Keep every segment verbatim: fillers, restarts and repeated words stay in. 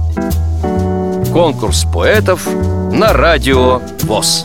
Конкурс поэтов на Радио ВОС.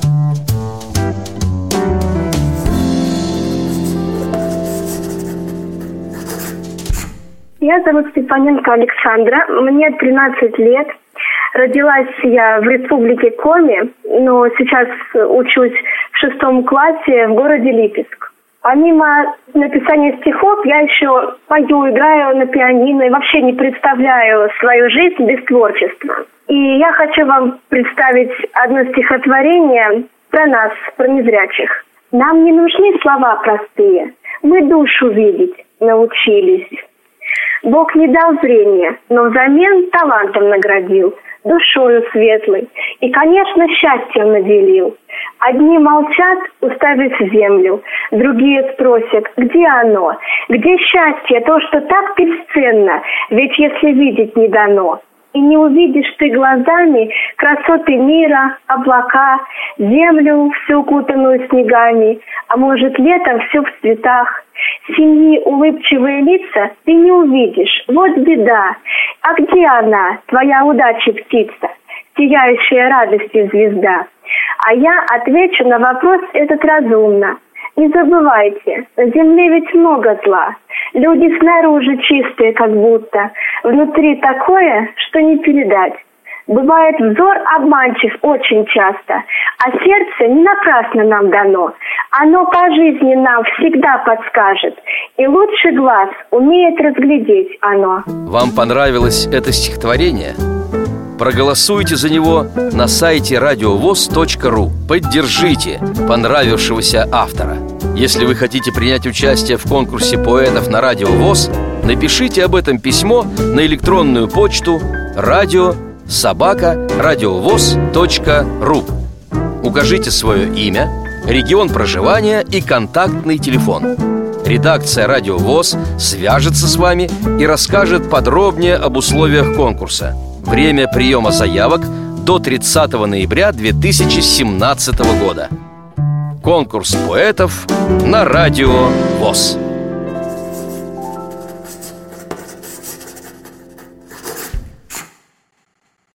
Я зовут Степаненко Александра, мне тринадцать лет. Родилась я в республике Коми, но сейчас учусь в шестом классе в городе Липецк. Помимо написания стихов, я еще пою, играю на пианино и вообще не представляю свою жизнь без творчества. И я хочу вам представить одно стихотворение про нас, про незрячих. Нам не нужны слова простые, мы душу видеть научились. Бог не дал зрения, но взамен талантом наградил, душою светлой и, конечно, счастьем наделил. Одни молчат, уставив в землю, другие спросят, где оно, где счастье, то, что так бесценно, ведь если видеть не дано. И не увидишь ты глазами красоты мира, облака, землю всю укутанную снегами, а может летом все в цветах. Семьи улыбчивые лица ты не увидишь, вот беда. А где она, твоя удача, птица, сияющая радостью звезда? А я отвечу на вопрос этот разумно. Не забывайте, на земле ведь много зла. Люди снаружи чистые как будто, внутри такое, что не передать. Бывает взор обманчив очень часто, а сердце не напрасно нам дано. Оно по жизни нам всегда подскажет, и лучший глаз умеет разглядеть оно. Вам понравилось это стихотворение? Проголосуйте за него на сайте радиовос точка ру. Поддержите понравившегося автора. Если вы хотите принять участие в конкурсе поэтов на Радио ВОС, напишите об этом письмо на электронную почту радио собака радиовос точка ру. Укажите свое имя, регион проживания и контактный телефон. Редакция Радио ВОС свяжется с вами и расскажет подробнее об условиях конкурса. Время приема заявок до тридцатого ноября две тысячи семнадцатого года. Конкурс поэтов на Радио ВОС.